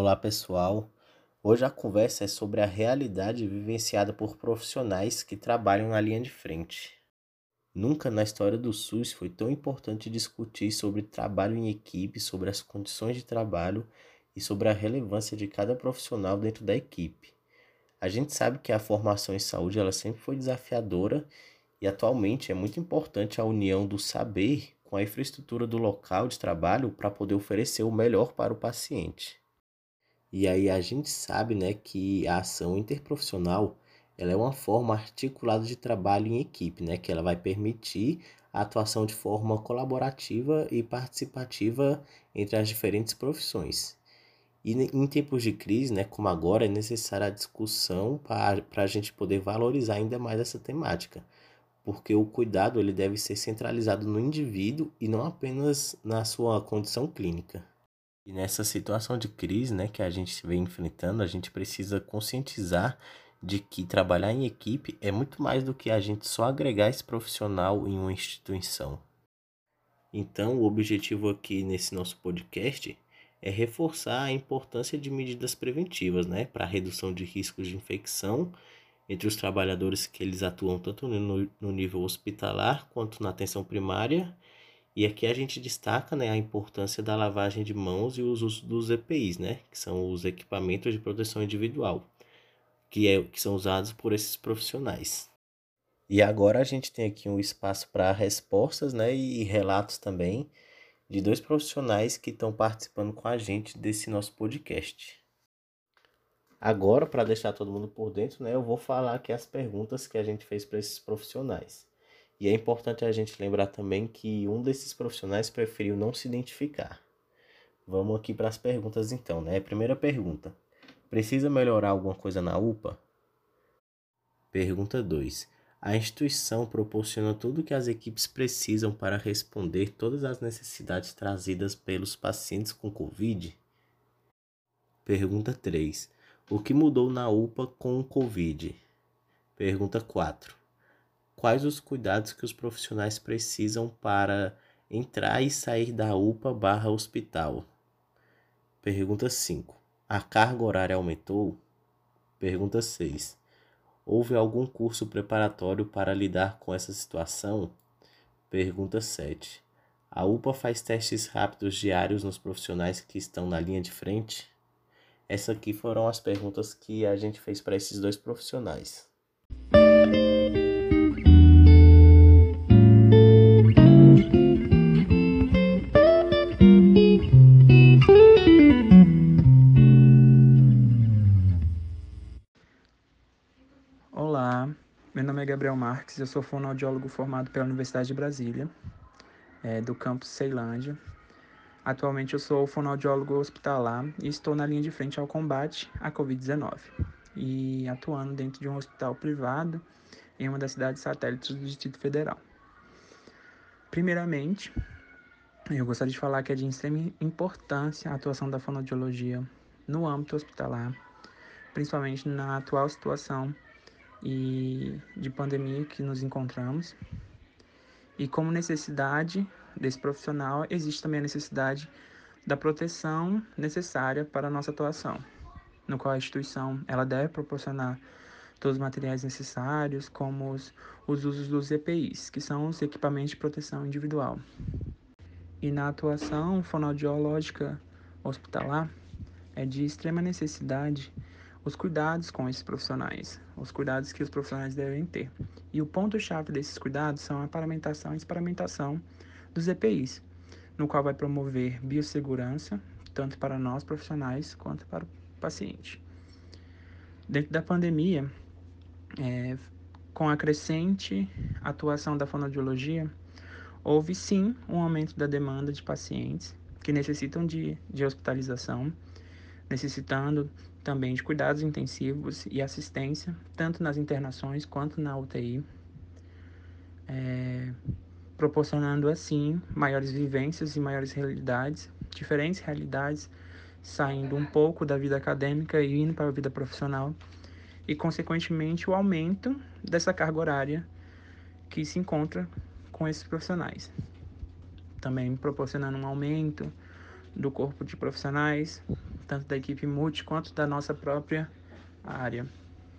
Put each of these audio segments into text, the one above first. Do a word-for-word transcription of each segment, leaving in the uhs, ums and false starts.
Olá pessoal, hoje a conversa é sobre a realidade vivenciada por profissionais que trabalham na linha de frente. Nunca na história do SUS foi tão importante discutir sobre trabalho em equipe, sobre as condições de trabalho e sobre a relevância de cada profissional dentro da equipe. A gente sabe que a formação em saúde ela sempre foi desafiadora e atualmente é muito importante a união do saber com a infraestrutura do local de trabalho para poder oferecer o melhor para o paciente. E aí a gente sabe, né, que a ação interprofissional, ela é uma forma articulada de trabalho em equipe, né, que ela vai permitir a atuação de forma colaborativa e participativa entre as diferentes profissões. E em tempos de crise, né, como agora, é necessária a discussão para a gente poder valorizar ainda mais essa temática, porque o cuidado ele deve ser centralizado no indivíduo e não apenas na sua condição clínica. E nessa situação de crise, né, que a gente vem enfrentando, a gente precisa conscientizar de que trabalhar em equipe é muito mais do que a gente só agregar esse profissional em uma instituição. Então, o objetivo aqui nesse nosso podcast é reforçar a importância de medidas preventivas, né, para a redução de riscos de infecção entre os trabalhadores que eles atuam tanto no, no nível hospitalar quanto na atenção primária. E aqui a gente destaca, né, a importância da lavagem de mãos e os usos dos E P Is, né, que são os equipamentos de proteção individual, que, é, que são usados por esses profissionais. E agora a gente tem aqui um espaço para respostas, né, e relatos também de dois profissionais que estão participando com a gente desse nosso podcast. Agora, para deixar todo mundo por dentro, né, eu vou falar aqui as perguntas que a gente fez para esses profissionais. E é importante a gente lembrar também que um desses profissionais preferiu não se identificar. Vamos aqui para as perguntas então, né? Primeira pergunta: precisa melhorar alguma coisa na U P A? Pergunta dois: a instituição proporciona tudo o que as equipes precisam para responder todas as necessidades trazidas pelos pacientes com Covid? Pergunta três: o que mudou na U P A com o Covid? Pergunta quatro: quais os cuidados que os profissionais precisam para entrar e sair da U P A barra hospital? Pergunta cinco: a carga horária aumentou? Pergunta seis: houve algum curso preparatório para lidar com essa situação? Pergunta sete: a U P A faz testes rápidos diários nos profissionais que estão na linha de frente? Essas aqui foram as perguntas que a gente fez para esses dois profissionais. Olá, meu nome é Gabriel Marques, eu sou fonoaudiólogo formado pela Universidade de Brasília, é, do campus Ceilândia. Atualmente eu sou fonoaudiólogo hospitalar e estou na linha de frente ao combate à covid dezenove e atuando dentro de um hospital privado em uma das cidades satélites do Distrito Federal. Primeiramente, eu gostaria de falar que é de extrema importância a atuação da fonoaudiologia no âmbito hospitalar, principalmente na atual situação e de pandemia que nos encontramos. E como necessidade desse profissional, existe também a necessidade da proteção necessária para a nossa atuação, no qual a instituição ela deve proporcionar todos os materiais necessários, como os, os usos dos E P Is, que são os equipamentos de proteção individual. E na atuação fonoaudiológica hospitalar, é de extrema necessidade os cuidados com esses profissionais, os cuidados que os profissionais devem ter. E o ponto-chave desses cuidados são a paramentação e experimentação dos E P Is, no qual vai promover biossegurança, tanto para nós profissionais quanto para o paciente. Dentro da pandemia, é, com a crescente atuação da fonoaudiologia, houve sim um aumento da demanda de pacientes que necessitam de, de hospitalização, necessitando também de cuidados intensivos e assistência, tanto nas internações quanto na U T I, é, proporcionando assim maiores vivências e maiores realidades, diferentes realidades, saindo um pouco da vida acadêmica e indo para a vida profissional, e consequentemente o aumento dessa carga horária que se encontra com esses profissionais. Também proporcionando um aumento do corpo de profissionais tanto da equipe multi quanto da nossa própria área.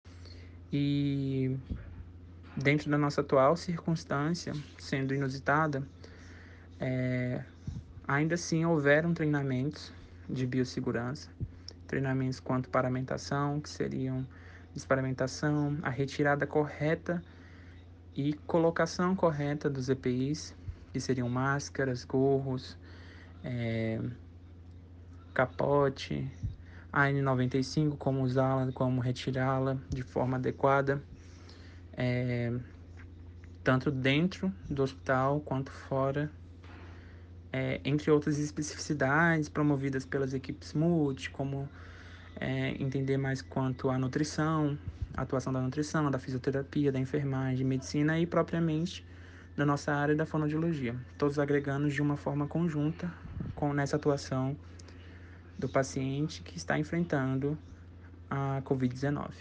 E dentro da nossa atual circunstância, sendo inusitada, é, ainda assim houveram treinamentos de biossegurança, treinamentos quanto paramentação, que seriam desparamentação, a retirada correta e colocação correta dos E P Is, que seriam máscaras, gorros, é, capote, a N noventa e cinco, como usá-la, como retirá-la de forma adequada, é, tanto dentro do hospital quanto fora, é, entre outras especificidades promovidas pelas equipes multi, como é, entender mais quanto à nutrição, a atuação da nutrição, da fisioterapia, da enfermagem, medicina e propriamente da nossa área da fonoaudiologia, todos agregando de uma forma conjunta com nessa atuação do paciente que está enfrentando a covid dezenove.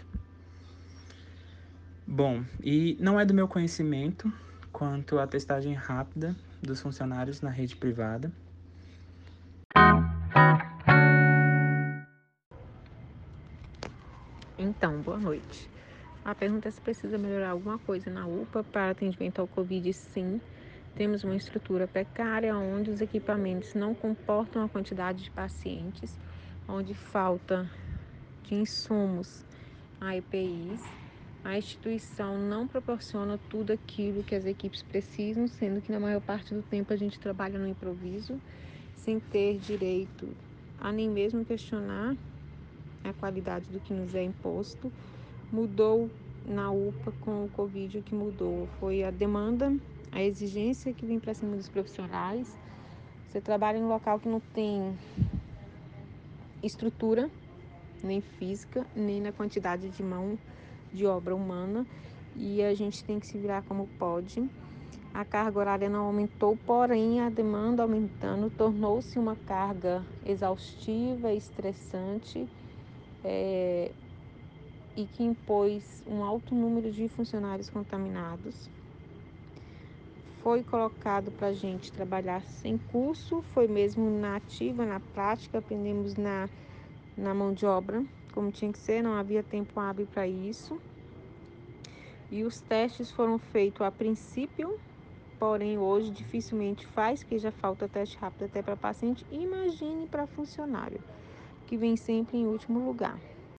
Bom, e não é do meu conhecimento quanto à testagem rápida dos funcionários na rede privada. Então, boa noite. A pergunta é se precisa melhorar alguma coisa na U P A para atendimento ao Covid. Sim, temos uma estrutura precária onde os equipamentos não comportam a quantidade de pacientes, onde falta de insumos a E P Is. A instituição não proporciona tudo aquilo que as equipes precisam, sendo que na maior parte do tempo a gente trabalha no improviso, sem ter direito a nem mesmo questionar a qualidade do que nos é imposto. Mudou na U P A com o Covid, o que mudou foi a demanda, a exigência que vem para cima dos profissionais. Você trabalha em um local que não tem estrutura, nem física, nem na quantidade de mão de obra humana, e a gente tem que se virar como pode. A carga horária não aumentou, porém a demanda aumentando tornou-se uma carga exaustiva, estressante, é, e que impôs um alto número de funcionários contaminados. Foi colocado para a gente trabalhar sem curso, foi mesmo na ativa, na prática, aprendemos na, na mão de obra, como tinha que ser, não havia tempo hábil para isso. E os testes foram feitos a princípio, porém hoje dificilmente faz, porque já falta teste rápido até para paciente, imagine para funcionário, que vem sempre em último lugar.